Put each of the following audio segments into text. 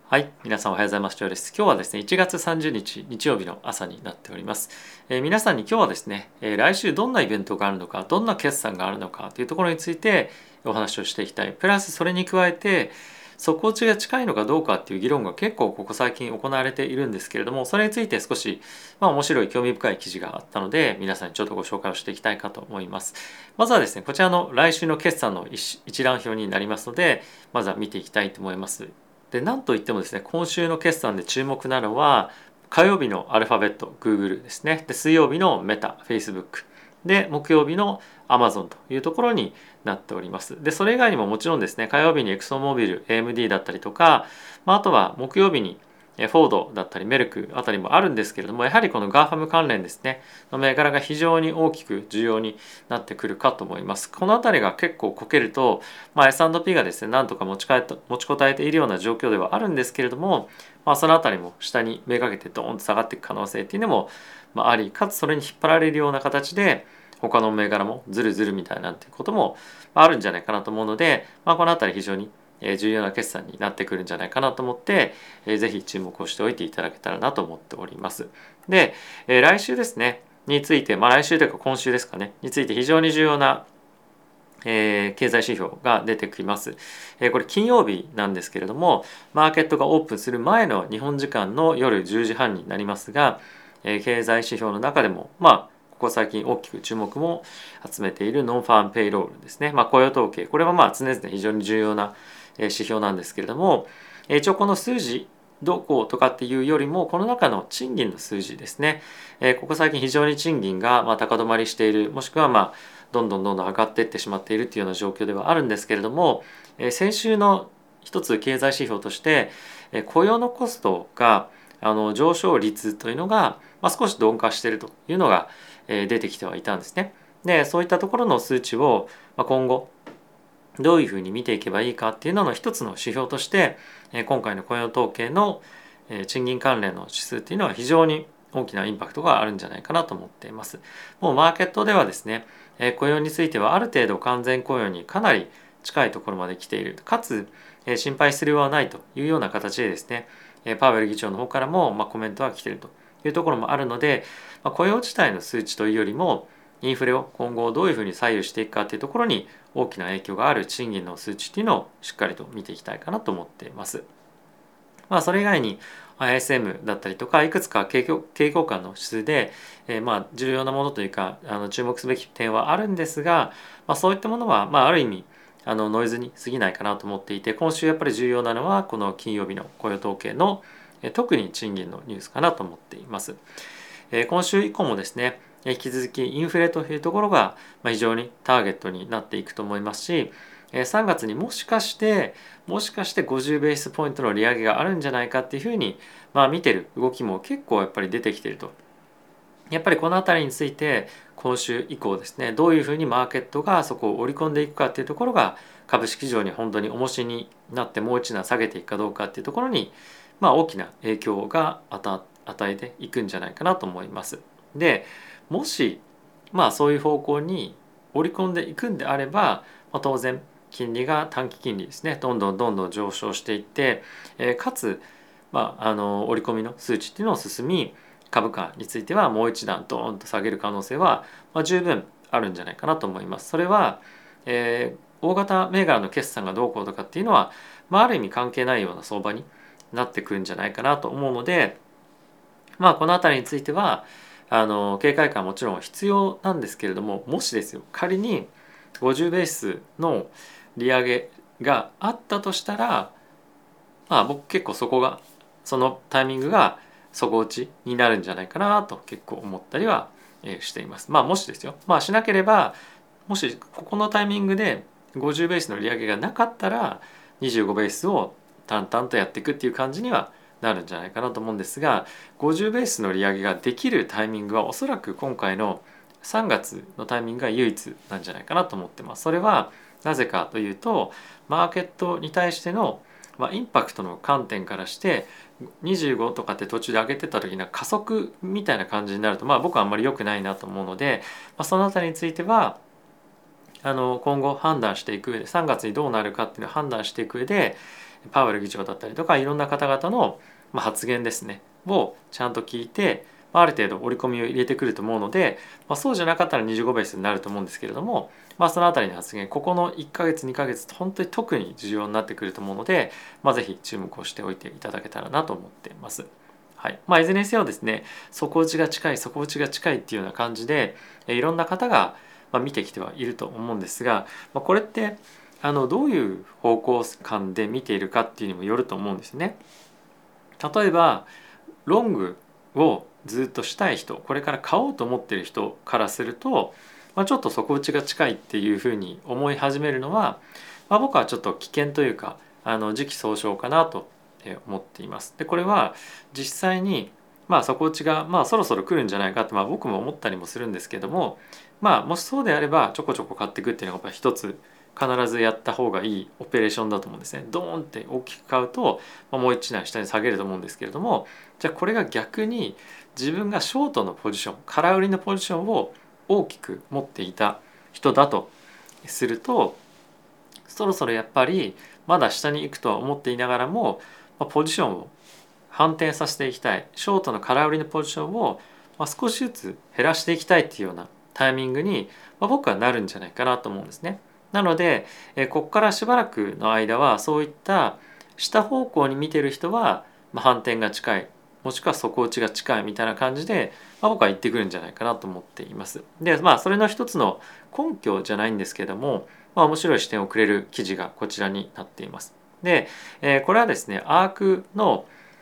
はい、皆さんおはようございます。ジョーです。今日はですね、1月30日日曜日の朝になっております。皆さんに今日はですね、来週どんなイベントがあるのか、どんな決算があるのかというところについてお話をしていきたい。プラスそれに加えて、底打ちが近いのかどうかっていう議論が結構ここ最近行われているんですけれども、それについて少し、面白い興味深い記事があったので、皆さんにちょっとご紹介をしていきたいかと思います。まずはですね、こちらの来週の決算の一覧表になりますので、まずは見ていきたいと思います。で、なんといってもですね、今週の決算で注目なのは、火曜日のアルファベット、Google ですね。で、水曜日のメタ、Facebook。で、木曜日の Amazon というところになっております。で、それ以外にももちろんですね、火曜日にエクソンモービル、AMD だったりとか、あとは木曜日にフォードだったりメルクあたりもあるんですけれども、やはりこの GAFAM 関連ですねの銘柄が非常に大きく重要になってくるかと思います。このあたりが結構こけると、S&P がですねなんとか持ちこたえているような状況ではあるんですけれども、そのあたりも下にめがけてドーンと下がっていく可能性っていうのも、あり、かつそれに引っ張られるような形で他の銘柄もズルズルみたいなっていうこともあるんじゃないかなと思うので、このあたり非常に重要な決算になってくるんじゃないかなと思って、ぜひ注目をしておいていただけたらなと思っております。で、来週ですねについて、来週というか今週ですかねについて非常に重要な経済指標が出てきます。これ金曜日なんですけれども、マーケットがオープンする前の日本時間の夜10時半になりますが、経済指標の中でもここ最近大きく注目も集めているノンファームペイロールですね、雇用統計、これは常々非常に重要な指標なんですけれども、一応この数字どことかっていうよりもこの中の賃金の数字ですね、ここ最近非常に賃金が高止まりしている、もしくはどんどん上がっていってしまっているというような状況ではあるんですけれども、先週の一つ経済指標として雇用のコストが上昇率というのが少し鈍化しているというのが出てきてはいたんですね。で、そういったところの数値を今後どういうふうに見ていけばいいかっていうのの一つの指標として今回の雇用統計の賃金関連の指数っていうのは非常に大きなインパクトがあるんじゃないかなと思っています。もうマーケットではですね、雇用についてはある程度完全雇用にかなり近いところまで来ている、かつ心配する必要はないというような形でですね、パウエル議長の方からもコメントが来ているというところもあるので、雇用自体の数値というよりもインフレを今後どういうふうに左右していくかというところに大きな影響がある賃金の数値っていうのをしっかりと見ていきたいかなと思っています。それ以外に ISM だったりとかいくつか景況感の指数で、重要なものというか注目すべき点はあるんですが、そういったものはある意味ノイズに過ぎないかなと思っていて、今週やっぱり重要なのはこの金曜日の雇用統計の特に賃金のニュースかなと思っています。今週以降もですね引き続きインフレというところが非常にターゲットになっていくと思いますし、3月にもしかして50ベースポイントの利上げがあるんじゃないかっていうふうに見てる動きも結構やっぱり出てきていると。やっぱりこの辺りについて今週以降ですねどういうふうにマーケットがそこを織り込んでいくかっていうところが株式市場に本当に重しになってもう一段下げていくかどうかっていうところに大きな影響が与えていくんじゃないかなと思います。で、もしそういう方向に織り込んでいくんであれば、当然金利が短期金利ですねどんどん上昇していって、かつ、織り込みの数値っていうのを進み株価についてはもう一段ドーンと下げる可能性は、十分あるんじゃないかなと思います。それは、大型銘柄の決算がどうこうとかっていうのは、ある意味関係ないような相場になってくるんじゃないかなと思うので、この辺りについては警戒感はもちろん必要なんですけれども、もしですよ仮に50ベースの利上げがあったとしたら、僕結構そのタイミングが底打ちになるんじゃないかなと結構思ったりはしています。もしですよ、しなければ、もしここのタイミングで50ベースの利上げがなかったら25ベースを淡々とやっていくっていう感じにはなるんじゃないかなと思うんですが、50ベースの利上げができるタイミングはおそらく今回の3月のタイミングが唯一なんじゃないかなと思ってます。それはなぜかというと、マーケットに対してのインパクトの観点からして25とかって途中で上げてた時には加速みたいな感じになると僕はあんまり良くないなと思うので、そのあたりについては今後判断していく上で3月にどうなるかっていうのを判断していく上でパウエル議長だったりとかいろんな方々の発言ですねをちゃんと聞いて、ある程度織り込みを入れてくると思うので、そうじゃなかったら25ベースになると思うんですけれども、そのあたりの発言ここの1ヶ月2ヶ月本当に特に重要になってくると思うので、ぜひ注目をしておいていただけたらなと思っています。はい、いずれにせよですね、底打ちが近い底打ちが近いっていうような感じでいろんな方が見てきてはいると思うんですが、これってどういう方向感で見ているかっていうにもよると思うんですね。例えばロングをずっとしたい人、これから買おうと思っている人からすると、ちょっと底打ちが近いっていうふうに思い始めるのは、僕はちょっと危険というか時期尚早かなと思っています。でこれは実際に底打ちがそろそろ来るんじゃないかって僕も思ったりもするんですけども、もしそうであればちょこちょこ買っていくっていうのがやっぱり一つ必ずやった方がいいオペレーションだと思うんですね。ドーンって大きく買うと、もう一段下に下げると思うんですけれども、じゃあこれが逆に自分がショートのポジション、空売りのポジションを大きく持っていた人だとすると、そろそろやっぱりまだ下に行くとは思っていながらも、ポジションを反転させていきたい、ショートの空売りのポジションを少しずつ減らしていきたいっていうようなタイミングに僕はなるんじゃないかなと思うんですね。なのでここからしばらくの間はそういった下方向に見てる人は反転が近い、もしくは底打ちが近いみたいな感じで、僕は言ってくるんじゃないかなと思っています。でそれの一つの根拠じゃないんですけども、面白い視点をくれる記事がこちらになっています。でこれはですね、アークの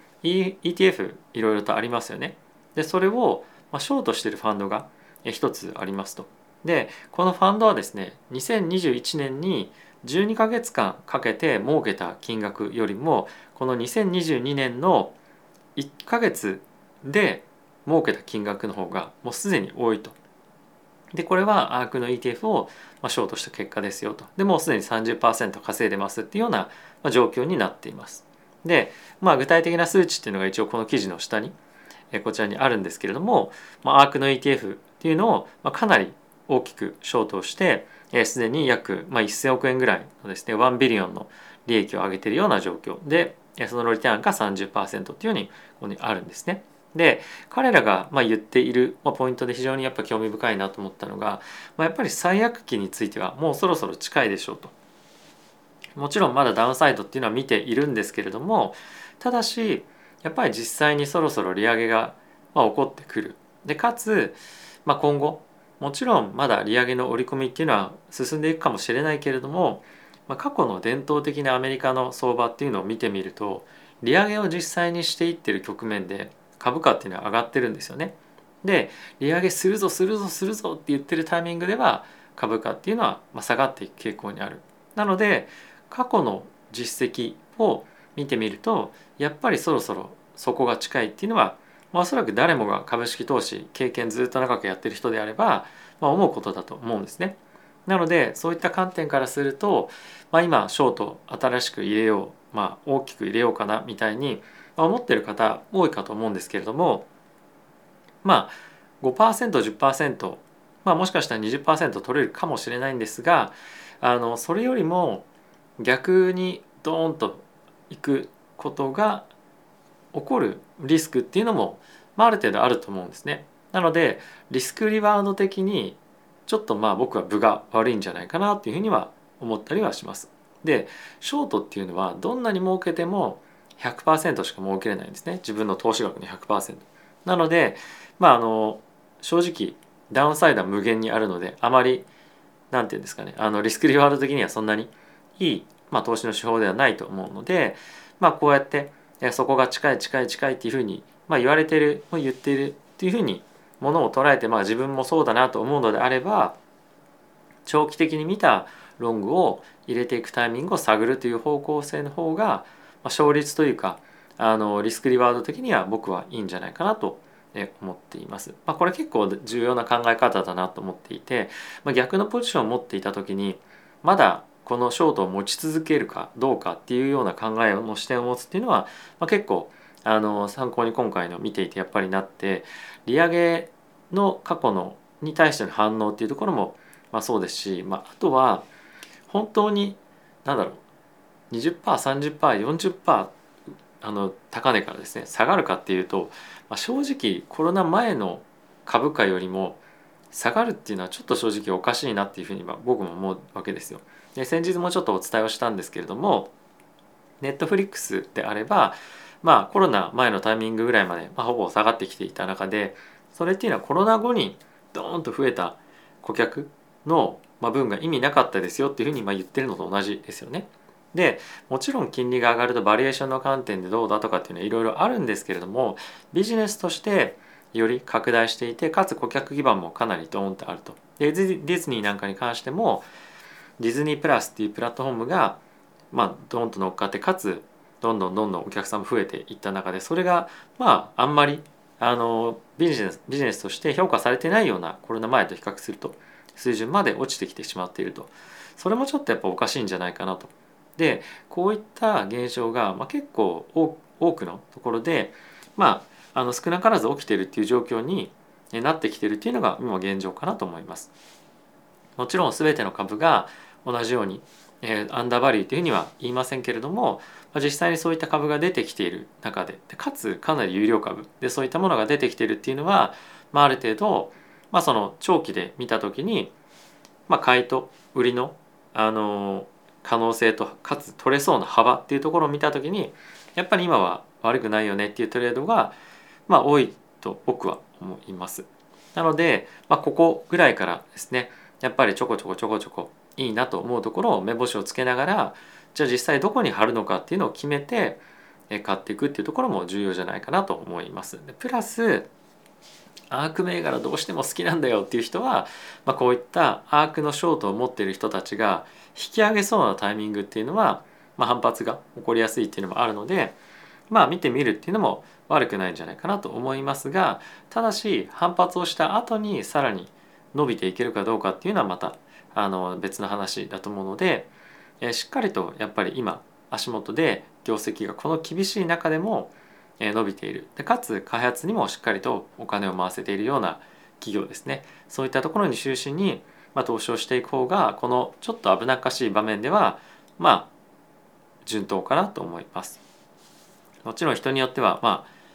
ETF いろいろとありますよね。でそれをショートしているファンドが一つありますと。でこのファンドはですね、2021年に12ヶ月間かけて儲けた金額よりもこの2022年の1ヶ月で儲けた金額の方がもうすでに多いと。でこれはアークの ETF をショートした結果ですよと。でもうすでに 30% 稼いでますっていうような状況になっています。で具体的な数値っていうのが一応この記事の下にこちらにあるんですけれども、アークの ETF っていうのをかなり大きくショートをしてすでに約1000億円ぐらいのですね1ビリオンの利益を上げているような状況で、そのリターンが 30% っていうようにここにあるんですね。で彼らが言っているポイントで非常にやっぱ興味深いなと思ったのが、やっぱり最悪期についてはもうそろそろ近いでしょうと。もちろんまだダウンサイドっていうのは見ているんですけれども、ただしやっぱり実際にそろそろ利上げが起こってくる。でかつ、今後もちろんまだ利上げの織り込みっていうのは進んでいくかもしれないけれども、過去の伝統的なアメリカの相場っていうのを見てみると、利上げを実際にしていってる局面で株価っていうのは上がってるんですよね。で利上げするぞするぞするぞって言ってるタイミングでは株価っていうのは下がっていく傾向にある。なので過去の実績を見てみると、やっぱりそろそろそこが近いっていうのは、おそらく誰もが株式投資経験ずっと長くやってる人であれば、思うことだと思うんですね。なのでそういった観点からすると、今ショート新しく入れよう、大きく入れようかなみたいに思ってる方多いかと思うんですけれども、5% 10%、もしかしたら 20% 取れるかもしれないんですが、それよりも逆にドーンといくことが起こるリスクっていうのも、ある程度あると思うんですね。なのでリスクリバウンド的にちょっと僕は分が悪いんじゃないかなっていうふうには思ったりはします。でショートっていうのはどんなに儲けても 100% しか儲けれないんですね。自分の投資額の 100%。なので正直ダウンサイドは無限にあるので、あまりなんていうんですかね、リスクリワード的にはそんなにいい、投資の手法ではないと思うので、こうやってそこが近い近い近いっていうふうに、言われてる言っているっていうふうにものを捉えて、自分もそうだなと思うのであれば、長期的に見たロングを入れていくタイミングを探るという方向性の方が、勝率というかリスクリワード的には僕はいいんじゃないかなと思っています。これ結構重要な考え方だなと思っていて、逆のポジションを持っていた時にまだこのショートを持ち続けるかどうかっていうような考えの視点を持つっていうのは、結構参考に今回の見ていてやっぱりなって、利上げの過去のに対しての反応っていうところもそうですし、あとは本当に何だろう 20%、30%、40%高値からですね下がるかっていうと、正直コロナ前の株価よりも下がるっていうのはちょっと正直おかしいなっていうふうに僕も思うわけですよ。で先日もちょっとお伝えをしたんですけれども、ネットフリックスであれば、コロナ前のタイミングぐらいまで、ほぼ下がってきていた中で、それっていうのはコロナ後にドーンと増えた顧客の分が意味なかったですよっていうふうに言ってるのと同じですよね。でもちろん金利が上がるとバリエーションの観点でどうだとかっていうのはいろいろあるんですけれども、ビジネスとしてより拡大していて、かつ顧客基盤もかなりドーンとあると。でディズニーなんかに関してもディズニープラスっていうプラットフォームがドーンと乗っかって、かつどんどんお客さんも増えていった中で、それがあんまりビジネスとして評価されてないようなコロナ前と比較すると水準まで落ちてきてしまっていると。それもちょっとやっぱおかしいんじゃないかなと。でこういった現象が結構多くのところで少なからず起きているっていう状況になってきているっていうのが今現状かなと思います。もちろん全ての株が同じようにアンダーバリューというふうには言いませんけれども、実際にそういった株が出てきている中で、かつかなり有料株でそういったものが出てきているっていうのは、ある程度、その長期で見た時に、買いと売りの、可能性とかつ取れそうな幅っていうところを見た時に、やっぱり今は悪くないよねっていうトレードが、多いと僕は思います。なので、ここぐらいからですね、やっぱりちょこちょこいいなと思うところを目星をつけながら、じゃあ実際どこに貼るのかっていうのを決めて買っていくっていうところも重要じゃないかなと思います。でプラスアーク銘柄どうしても好きなんだよっていう人は、こういったアークのショートを持っている人たちが引き上げそうなタイミングっていうのは、反発が起こりやすいっていうのもあるので、見てみるっていうのも悪くないんじゃないかなと思いますが、ただし反発をした後にさらに伸びていけるかどうかっていうのはまた別の話だと思うので、しっかりとやっぱり今足元で業績がこの厳しい中でも伸びている、でかつ開発にもしっかりとお金を回せているような企業ですね、そういったところに中心に投資をしていく方が、このちょっと危なっかしい場面では順当かなと思います。もちろん人によっては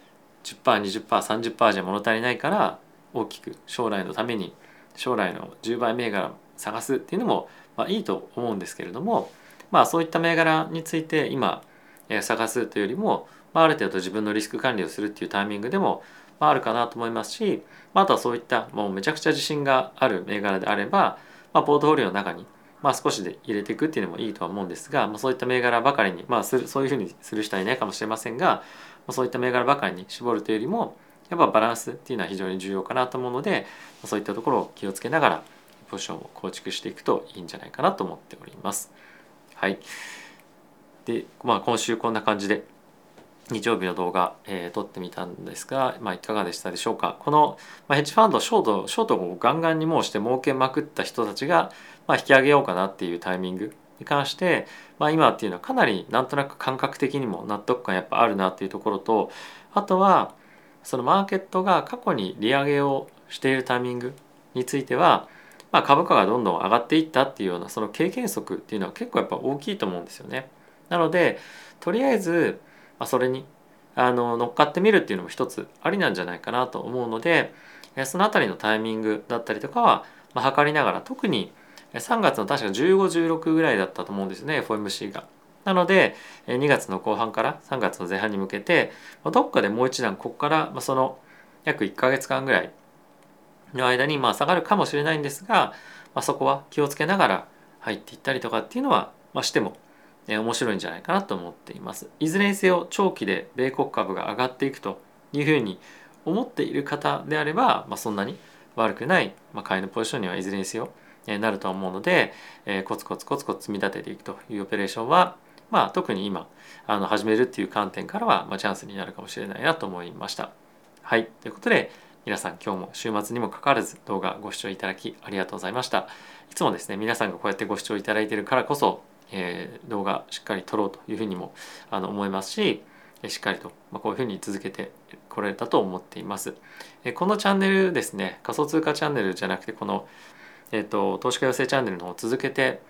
10%、20%、30%じゃ物足りないから大きく将来のために将来の10倍銘柄探すっていうのもいいと思うんですけれども、そういった銘柄について今探すというよりも、ある程度自分のリスク管理をするっていうタイミングでもあるかなと思いますし、あとはそういったもうめちゃくちゃ自信がある銘柄であれば、ポートフォリオの中に少しで入れていくっていうのもいいとは思うんですが、そういった銘柄ばかりに、そういうふうにする人はいないかもしれませんが、そういった銘柄ばかりに絞るというよりも、やっぱバランスっていうのは非常に重要かなと思うので、そういったところを気をつけながらポジションを構築していくといいんじゃないかなと思っております。はい。で、今週こんな感じで日曜日の動画、撮ってみたんですが、いかがでしたでしょうか。この、ヘッジファンドショートをガンガンにもうして儲けまくった人たちが、引き上げようかなっていうタイミングに関して、今っていうのはかなりなんとなく感覚的にも納得感やっぱあるなっていうところと、あとはそのマーケットが過去に利上げをしているタイミングについては、株価がどんどん上がっていったっていうようなその経験則っていうのは結構やっぱ大きいと思うんですよね。なのでとりあえずそれに乗っかってみるっていうのも一つありなんじゃないかなと思うので、そのあたりのタイミングだったりとかは、測りながら、特に3月の確か15、16ぐらいだったと思うんですね、FOMC が。なので2月の後半から3月の前半に向けてどっかでもう一段ここからその約1ヶ月間ぐらいの間に下がるかもしれないんですが、そこは気をつけながら入っていったりとかっていうのはしても面白いんじゃないかなと思っています。いずれにせよ長期で米国株が上がっていくというふうに思っている方であれば、そんなに悪くない、買いのポジションにはいずれにせよなると思うので、コツコツ積み立てていくというオペレーションは、特に今始めるっていう観点からは、チャンスになるかもしれないなと思いました。はい、ということで皆さん今日も週末にもかかわらず動画ご視聴いただきありがとうございました。いつもですね皆さんがこうやってご視聴いただいているからこそ、動画しっかり撮ろうというふうにも思いますし、しっかりとこういうふうに続けてこられたと思っています。このチャンネルですね、仮想通貨チャンネルじゃなくてこの、投資家養成チャンネルの方を続けて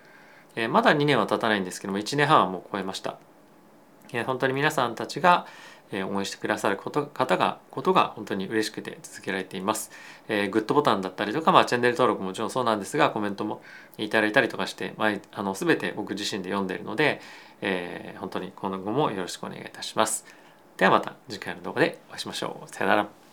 まだ2年は経たないんですけども1年半はもう超えました。本当に皆さんたちが応援してくださることが本当に嬉しくて続けられています。グッドボタンだったりとか、チャンネル登録ももちろんそうなんですが、コメントもいただいたりとかして、全て僕自身で読んでいるので、本当に今後もよろしくお願いいたします。ではまた次回の動画でお会いしましょう。さよなら。